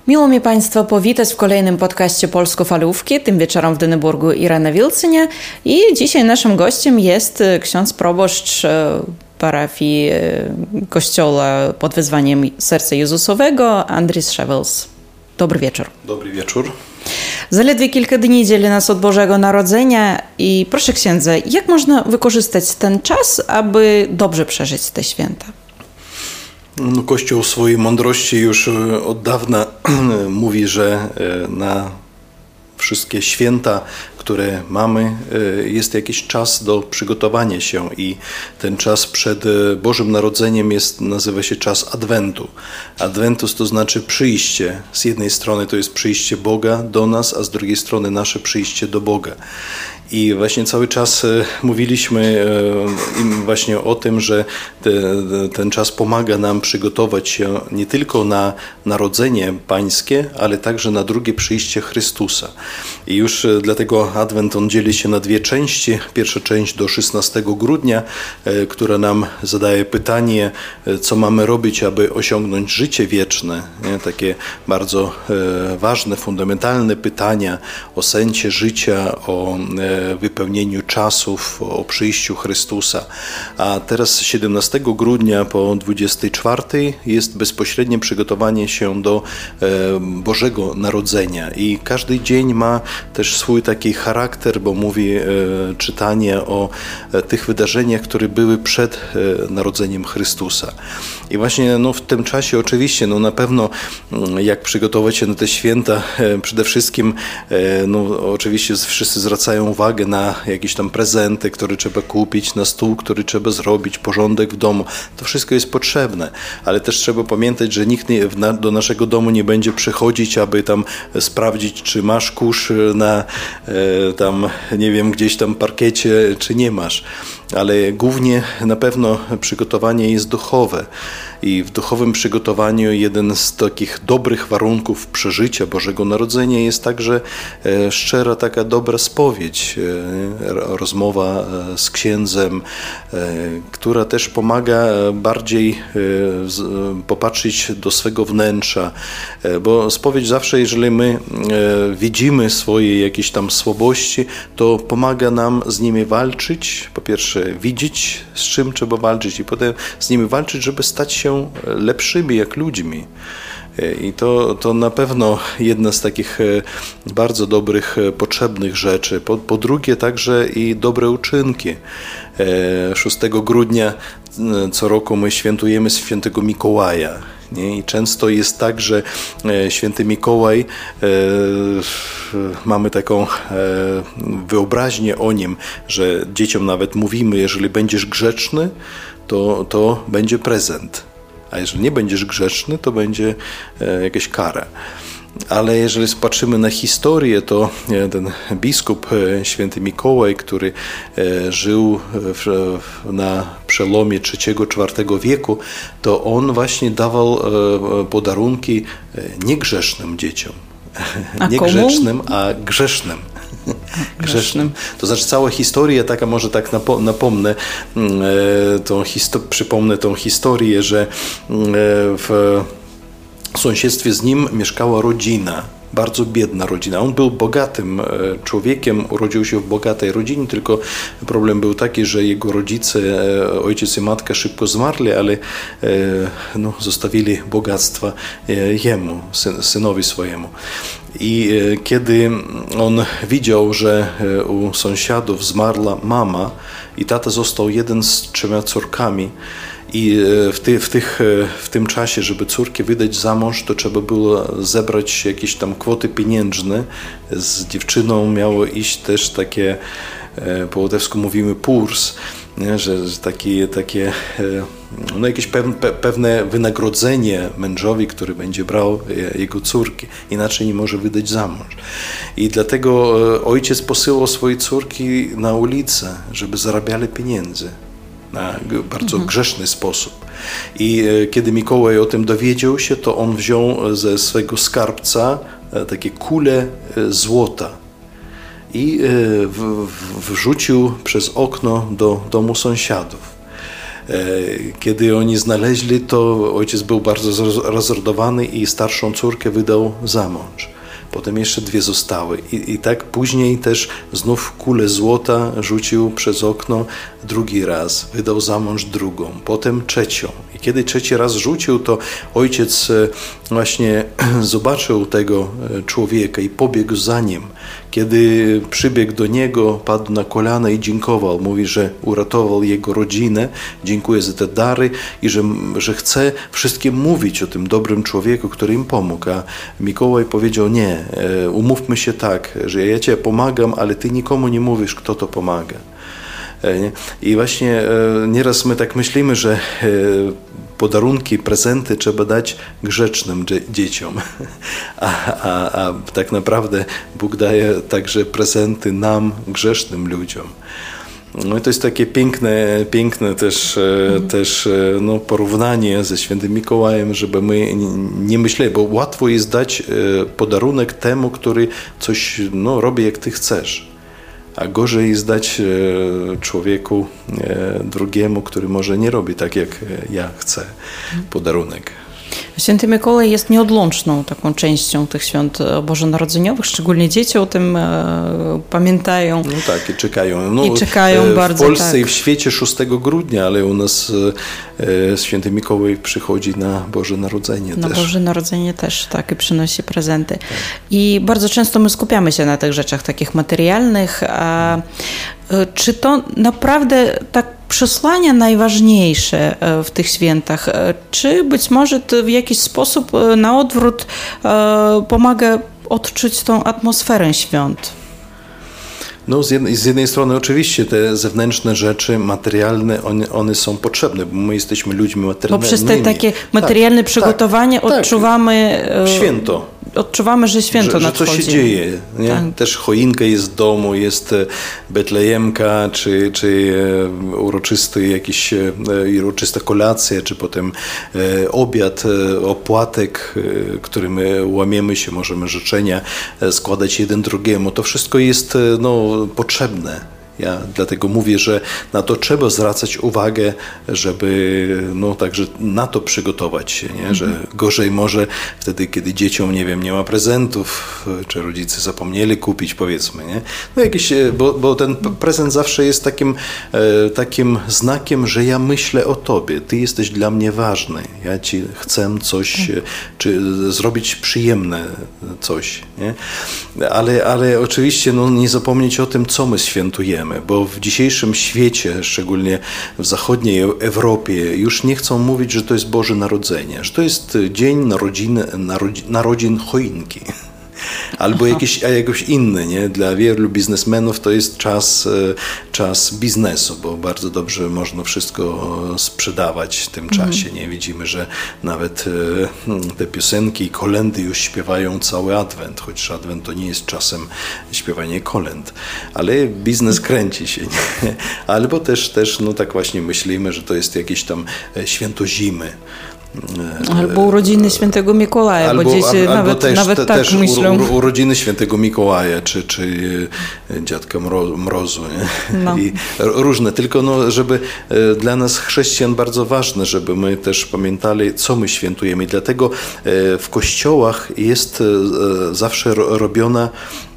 Miło mi Państwa powitać w kolejnym podcaście Polsko-Falówki. Tym wieczorem w Dyneburgu Irena Wilcynia. I dzisiaj naszym gościem jest ksiądz proboszcz parafii kościoła pod wezwaniem Serca Jezusowego, Andris Szewels. Dobry wieczór. Dobry wieczór. Zaledwie kilka dni dzieli nas od Bożego Narodzenia i proszę księdza, jak można wykorzystać ten czas, aby dobrze przeżyć te święta? Kościół w swojej mądrości już od dawna mówi, że na wszystkie święta, które mamy, jest jakiś czas do przygotowania się i ten czas przed Bożym Narodzeniem nazywa się czas Adwentu. Adwentus to znaczy przyjście. Z jednej strony to jest przyjście Boga do nas, a z drugiej strony nasze przyjście do Boga. I właśnie cały czas mówiliśmy im właśnie o tym, że ten czas pomaga nam przygotować się nie tylko na Narodzenie Pańskie, ale także na drugie przyjście Chrystusa. I już dlatego Adwent on dzieli się na dwie części. Pierwsza część do 16 grudnia, która nam zadaje pytanie, co mamy robić, aby osiągnąć życie wieczne. Takie bardzo ważne, fundamentalne pytania o sensie życia, o wypełnieniu czasów, o przyjściu Chrystusa. A teraz 17 grudnia po 24 jest bezpośrednie przygotowanie się do Bożego Narodzenia. I każdy dzień ma też swój taki charakter, bo mówi czytanie o tych wydarzeniach, które były przed Narodzeniem Chrystusa. I właśnie w tym czasie oczywiście na pewno jak przygotować się na te święta, przede wszystkim oczywiście wszyscy zwracają uwagę na jakieś tam prezenty, które trzeba kupić, na stół, który trzeba zrobić, porządek w domu. To wszystko jest potrzebne, ale też trzeba pamiętać, że nikt do naszego domu nie będzie przychodzić, aby tam sprawdzić, czy masz kurz na tam, nie wiem, gdzieś tam parkiecie, czy nie masz. Ale głównie na pewno przygotowanie jest duchowe. I w duchowym przygotowaniu jeden z takich dobrych warunków przeżycia Bożego Narodzenia jest także szczera taka dobra spowiedź, rozmowa z księdzem, która też pomaga bardziej popatrzeć do swego wnętrza, bo spowiedź zawsze, jeżeli my widzimy swoje jakieś tam słabości, to pomaga nam z nimi walczyć, po pierwsze widzieć, z czym trzeba walczyć i potem z nimi walczyć, żeby stać się lepszymi jak ludźmi. I to na pewno jedna z takich bardzo dobrych, potrzebnych rzeczy. Po drugie także i dobre uczynki. 6 grudnia co roku my świętujemy świętego Mikołaja. Nie? I często jest tak, że święty Mikołaj, mamy taką wyobraźnię o nim, że dzieciom nawet mówimy, jeżeli będziesz grzeczny, to będzie prezent. A jeżeli nie będziesz grzeczny, to będzie jakaś kara. Ale jeżeli patrzymy na historię, to ten biskup święty Mikołaj, który żył na przełomie III-IV wieku, to on właśnie dawał podarunki niegrzecznym dzieciom. Nie grzecznym, a grzesznym. Grzesznym. To znaczy cała historia taka, może tak napomnę, przypomnę tą historię, że w sąsiedztwie z nim mieszkała rodzina, bardzo biedna rodzina. On był bogatym człowiekiem, urodził się w bogatej rodzinie, tylko problem był taki, że jego rodzice, ojciec i matka szybko zmarli, ale zostawili bogactwa jemu, synowi swojemu. I kiedy on widział, że u sąsiadów zmarła mama i tata został jeden z 3 córkami, i w tym czasie, żeby córkę wydać za mąż, to trzeba było zebrać jakieś tam kwoty pieniężne. Z dziewczyną miało iść też takie, po łotewsku mówimy purs, nie? Że takie jakieś pewne wynagrodzenie mężowi, który będzie brał jego córki. Inaczej nie może wydać za mąż. I dlatego ojciec posyłał swoje córki na ulicę, żeby zarabiali pieniędzy na bardzo grzeszny sposób. I kiedy Mikołaj o tym dowiedział się, to on wziął ze swego skarbca takie kule złota i wrzucił przez okno do domu sąsiadów. Kiedy oni znaleźli, to ojciec był bardzo rozrodowany i starszą córkę wydał za mąż. Potem jeszcze 2 zostały. I tak później też znów kulę złota rzucił przez okno 2 raz. Wydał za mąż 2, potem 3. I kiedy 3 raz rzucił, to ojciec właśnie zobaczył tego człowieka i pobiegł za nim. Kiedy przybiegł do niego, padł na kolana i dziękował. Mówi, że uratował jego rodzinę, dziękuję za te dary i że chce wszystkim mówić o tym dobrym człowieku, który im pomógł. A Mikołaj powiedział, nie, umówmy się tak, że ja Cię pomagam, ale Ty nikomu nie mówisz, kto to pomaga. I właśnie nieraz my tak myślimy, że podarunki, prezenty trzeba dać grzecznym dzieciom, a tak naprawdę Bóg daje także prezenty nam, grzesznym ludziom. No i to jest takie piękne też porównanie ze świętym Mikołajem, żeby my nie myśleli, bo łatwo jest dać podarunek temu, który coś robi jak ty chcesz. A gorzej jest dać człowieku drugiemu, który może nie robi tak, jak ja chcę, podarunek. Święty Mikołaj jest nieodłączną taką częścią tych świąt bożonarodzeniowych, szczególnie dzieci o tym pamiętają. No tak, i czekają. I czekają bardzo. W Polsce i w świecie 6 grudnia, ale u nas Święty Mikołaj przychodzi na Boże Narodzenie też. Na Boże Narodzenie też, tak, i przynosi prezenty. Tak. I bardzo często my skupiamy się na tych rzeczach takich materialnych, a czy to naprawdę tak przesłania najważniejsze w tych świętach, czy być może to w jakiś sposób na odwrót pomaga odczuć tą atmosferę świąt? No, z jednej strony oczywiście te zewnętrzne rzeczy materialne, one są potrzebne, bo my jesteśmy ludźmi materialnymi. Poprzez te takie materialne przygotowanie odczuwamy święto. Odczuwamy, że święto nadchodzi. Że coś się dzieje. Nie? Tak. Też choinka jest w domu, jest betlejemka, czy uroczysta kolacja, czy potem obiad, opłatek, którym łamiemy się, możemy życzenia składać jeden drugiemu. To wszystko jest potrzebne. Ja dlatego mówię, że na to trzeba zwracać uwagę, żeby także na to przygotować się, nie? Że gorzej może wtedy, kiedy dzieciom, nie ma prezentów, czy rodzice zapomnieli kupić, powiedzmy, nie? Bo ten prezent zawsze jest takim znakiem, że ja myślę o Tobie, Ty jesteś dla mnie ważny, ja Ci chcę coś, czy zrobić przyjemne coś, nie? Ale oczywiście nie zapomnieć o tym, co my świętujemy. Bo w dzisiejszym świecie, szczególnie w zachodniej Europie, już nie chcą mówić, że to jest Boże Narodzenie, że to jest dzień narodzin choinki. Albo jakiś inny, nie? Dla wielu biznesmenów to jest czas biznesu, bo bardzo dobrze można wszystko sprzedawać w tym czasie. Nie? Widzimy, że nawet te piosenki i kolędy już śpiewają cały Adwent, chociaż Adwent to nie jest czasem śpiewania kolęd, ale biznes kręci się. Nie? Albo też tak właśnie myślimy, że to jest jakieś tam święto zimy. Albo urodziny Świętego Mikołaja, bo dzieci nawet tak myślą. Urodziny Świętego Mikołaja, czy Dziadka Mrozu. Nie? No. I różne, tylko żeby dla nas chrześcijan bardzo ważne, żeby my też pamiętali, co my świętujemy. I dlatego w kościołach jest zawsze robiona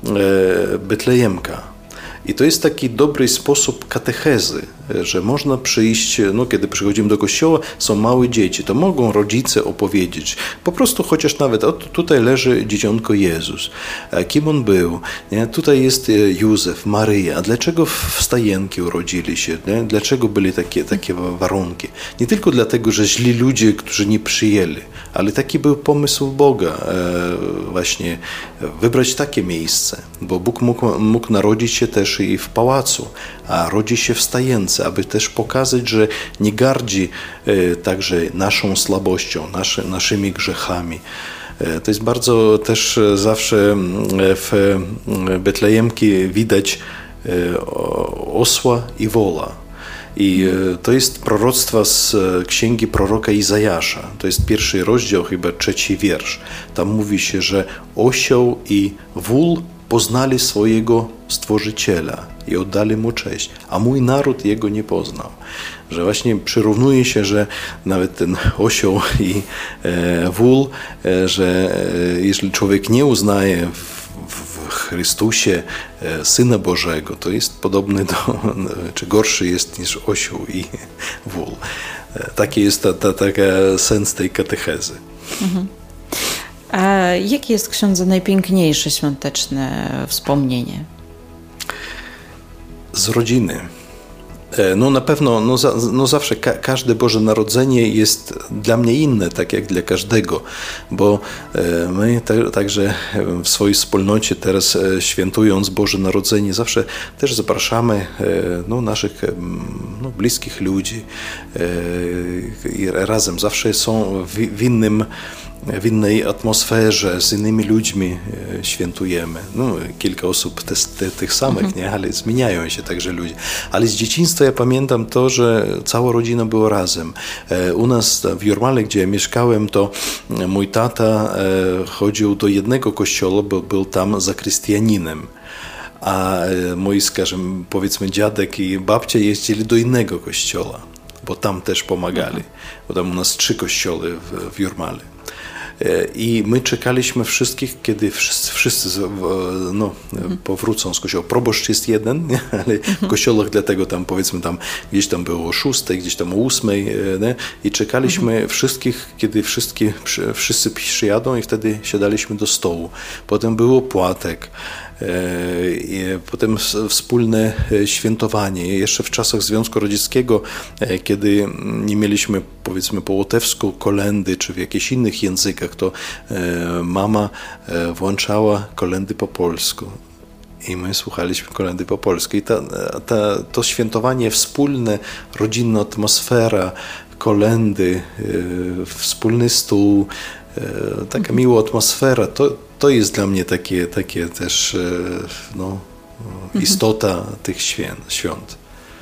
betlejemka. I to jest taki dobry sposób katechezy, że można przyjść, kiedy przychodzimy do kościoła, są małe dzieci, to mogą rodzice opowiedzieć. Po prostu chociaż nawet, tutaj leży dzieciątko Jezus. Kim on był? Nie? Tutaj jest Józef, Maryja. A dlaczego w stajenki urodzili się? Nie? Dlaczego byli takie warunki? Nie tylko dlatego, że źli ludzie, którzy nie przyjęli, ale taki był pomysł Boga, właśnie wybrać takie miejsce, bo Bóg mógł narodzić się też i w pałacu, a rodzi się w stajence, aby też pokazać, że nie gardzi także naszą słabością, naszymi grzechami. To jest bardzo też zawsze w Betlejemki widać osła i wola. I to jest proroctwo z księgi proroka Izajasza. To jest 1 rozdział, chyba 3 wiersz. Tam mówi się, że osioł i wól poznali swojego Stworzyciela i oddali Mu cześć, a mój naród Jego nie poznał. Że właśnie przyrównuje się, że nawet ten osioł i wół, że jeżeli człowiek nie uznaje w Chrystusie Syna Bożego, to jest podobny czy gorszy jest niż osioł i wół. Taki jest taka sens tej katechezy. Mhm. A jakie jest, księdze, najpiękniejsze świąteczne wspomnienie? Z rodziny. No na pewno, zawsze każde Boże Narodzenie jest dla mnie inne, tak jak dla każdego, bo my także w swojej wspólnocie teraz, świętując Boże Narodzenie, zawsze też zapraszamy naszych bliskich ludzi i razem zawsze są w innej atmosferze, z innymi ludźmi świętujemy. Kilka osób tych samych, nie? Ale zmieniają się także ludzie. Ale z dzieciństwa ja pamiętam to, że cała rodzina była razem. U nas w Jurmale, gdzie ja mieszkałem, to mój tata chodził do jednego kościoła, bo był tam zakrystianinem. A moi, powiedzmy, dziadek i babcia jeździli do innego kościoła, bo tam też pomagali. Bo tam u nas 3 kościoły w Jurmale. I my czekaliśmy wszystkich, kiedy wszyscy powrócą z kościoła. Proboszcz jest jeden, nie? Ale w kościołach dlatego tam, powiedzmy, tam gdzieś tam było o 6, gdzieś tam o 8, nie? I czekaliśmy wszystkich, kiedy wszyscy przyjadą, i wtedy siadaliśmy do stołu. Potem był opłatek. Potem wspólne świętowanie. Jeszcze w czasach Związku Radzieckiego, kiedy nie mieliśmy, powiedzmy, po łotewsku kolendy czy w jakichś innych językach, to mama włączała kolendy po polsku. I my słuchaliśmy kolendy po polsku. I to świętowanie wspólne, rodzinna atmosfera, kolendy, wspólny stół, taka miła atmosfera, to jest dla mnie takie też istota tych świąt.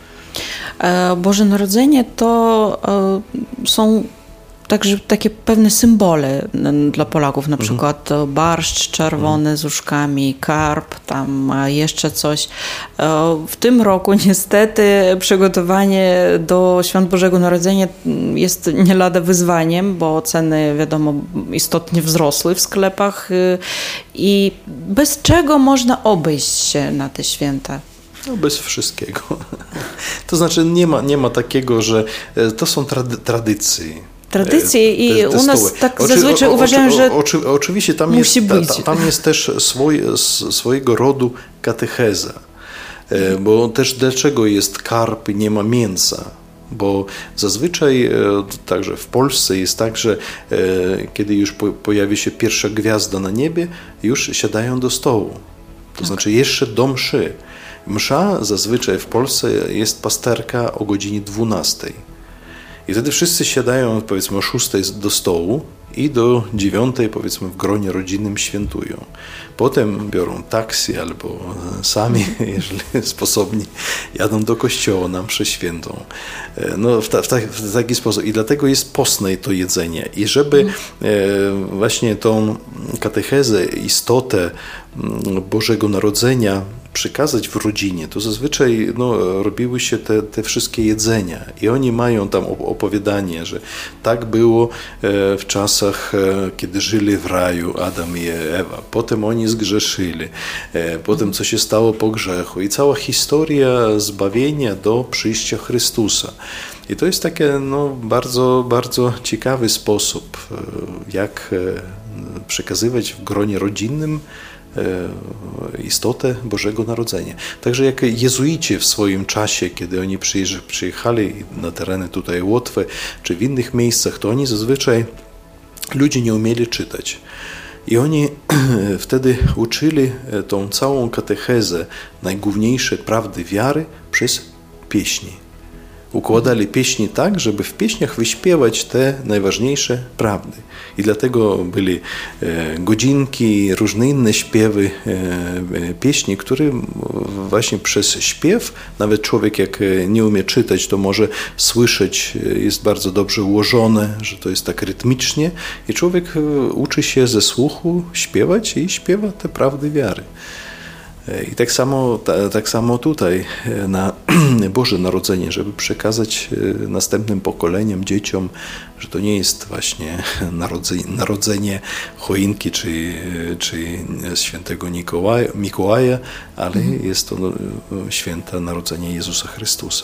Boże Narodzenie to są także takie pewne symbole dla Polaków, na przykład barszcz czerwony z uszkami, karp, tam jeszcze coś. W tym roku niestety przygotowanie do Świąt Bożego Narodzenia jest nie lada wyzwaniem, bo ceny, wiadomo, istotnie wzrosły w sklepach i bez czego można obejść się na te święta? Bez wszystkiego. To znaczy nie ma takiego, że to są tradycje i u nas tak zazwyczaj uważają, że oczywiście tam jest też swojego rodu katecheza, bo też dlaczego jest karp i nie ma mięsa? Bo zazwyczaj także w Polsce jest tak, że kiedy już pojawi się pierwsza gwiazda na niebie, już siadają do stołu. To znaczy jeszcze do mszy. Msza zazwyczaj w Polsce jest pasterka o godzinie 12. I wtedy wszyscy siadają, powiedzmy, o 6 do stołu i do 9, powiedzmy, w gronie rodzinnym świętują. Potem biorą taksi albo sami, jeżeli sposobni, jadą do kościoła na mszę świętą. W taki sposób. I dlatego jest postne to jedzenie. I żeby właśnie tą katechezę, istotę Bożego Narodzenia przekazać w rodzinie, to zazwyczaj robiły się te wszystkie jedzenia i oni mają tam opowiadanie, że tak było w czasach, kiedy żyli w raju Adam i Ewa. Potem oni zgrzeszyli. Potem co się stało po grzechu. I cała historia zbawienia do przyjścia Chrystusa. I to jest taki bardzo, bardzo ciekawy sposób, jak przekazywać w gronie rodzinnym istotę Bożego Narodzenia. Także jak jezuici w swoim czasie, kiedy oni przyjechali na tereny tutaj Łotwy, czy w innych miejscach, to oni zazwyczaj ludzie nie umieli czytać. I oni wtedy uczyli tą całą katechezę, najgłówniejsze prawdy wiary przez pieśni. Układali pieśni tak, żeby w pieśniach wyśpiewać te najważniejsze prawdy. I dlatego byli godzinki, różne inne śpiewy, pieśni, które właśnie przez śpiew, nawet człowiek jak nie umie czytać, to może słyszeć, jest bardzo dobrze ułożone, że to jest tak rytmicznie i człowiek uczy się ze słuchu śpiewać i śpiewa te prawdy wiary. I tak samo tutaj na Boże Narodzenie, żeby przekazać następnym pokoleniom, dzieciom, że to nie jest właśnie narodzenie choinki czy świętego Mikołaja, ale jest to święte narodzenie Jezusa Chrystusa.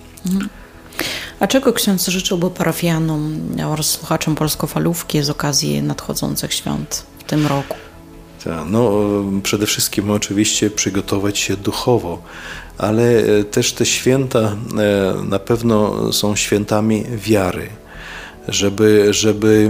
A czego ksiądz życzyłby parafianom oraz słuchaczom Polskofalówki z okazji nadchodzących świąt w tym roku? Przede wszystkim oczywiście przygotować się duchowo, ale też te święta na pewno są świętami wiary, żeby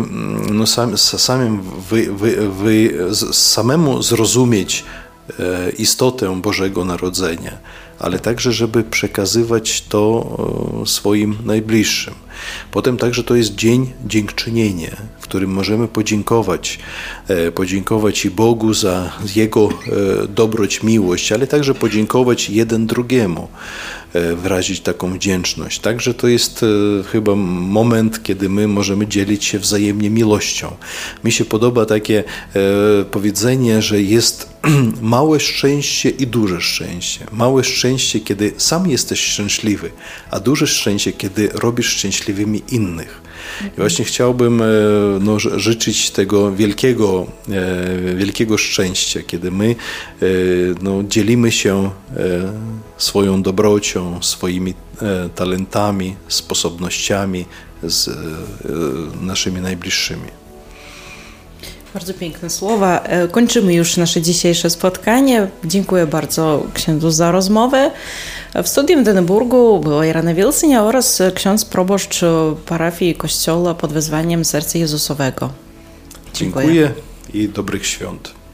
samemu zrozumieć istotę Bożego Narodzenia, ale także, żeby przekazywać to swoim najbliższym. Potem także to jest dzień dziękczynienia, w którym możemy podziękować i Bogu za Jego dobroć, miłość, ale także podziękować jeden drugiemu, wyrazić taką wdzięczność. Także to jest chyba moment, kiedy my możemy dzielić się wzajemnie miłością. Mi się podoba takie powiedzenie, że jest małe szczęście i duże szczęście. Małe szczęście, kiedy sam jesteś szczęśliwy, a duże szczęście, kiedy robisz szczęśliwymi innych. I właśnie chciałbym życzyć tego wielkiego szczęścia, kiedy my dzielimy się swoją dobrocią, swoimi talentami, sposobnościami z naszymi najbliższymi. Bardzo piękne słowa. Kończymy już nasze dzisiejsze spotkanie. Dziękuję bardzo księdzu za rozmowę. W studium w Dyneburgu była Irena Wilcynia oraz ksiądz proboszcz parafii kościoła pod wezwaniem Serca Jezusowego. Dziękuję i dobrych świąt.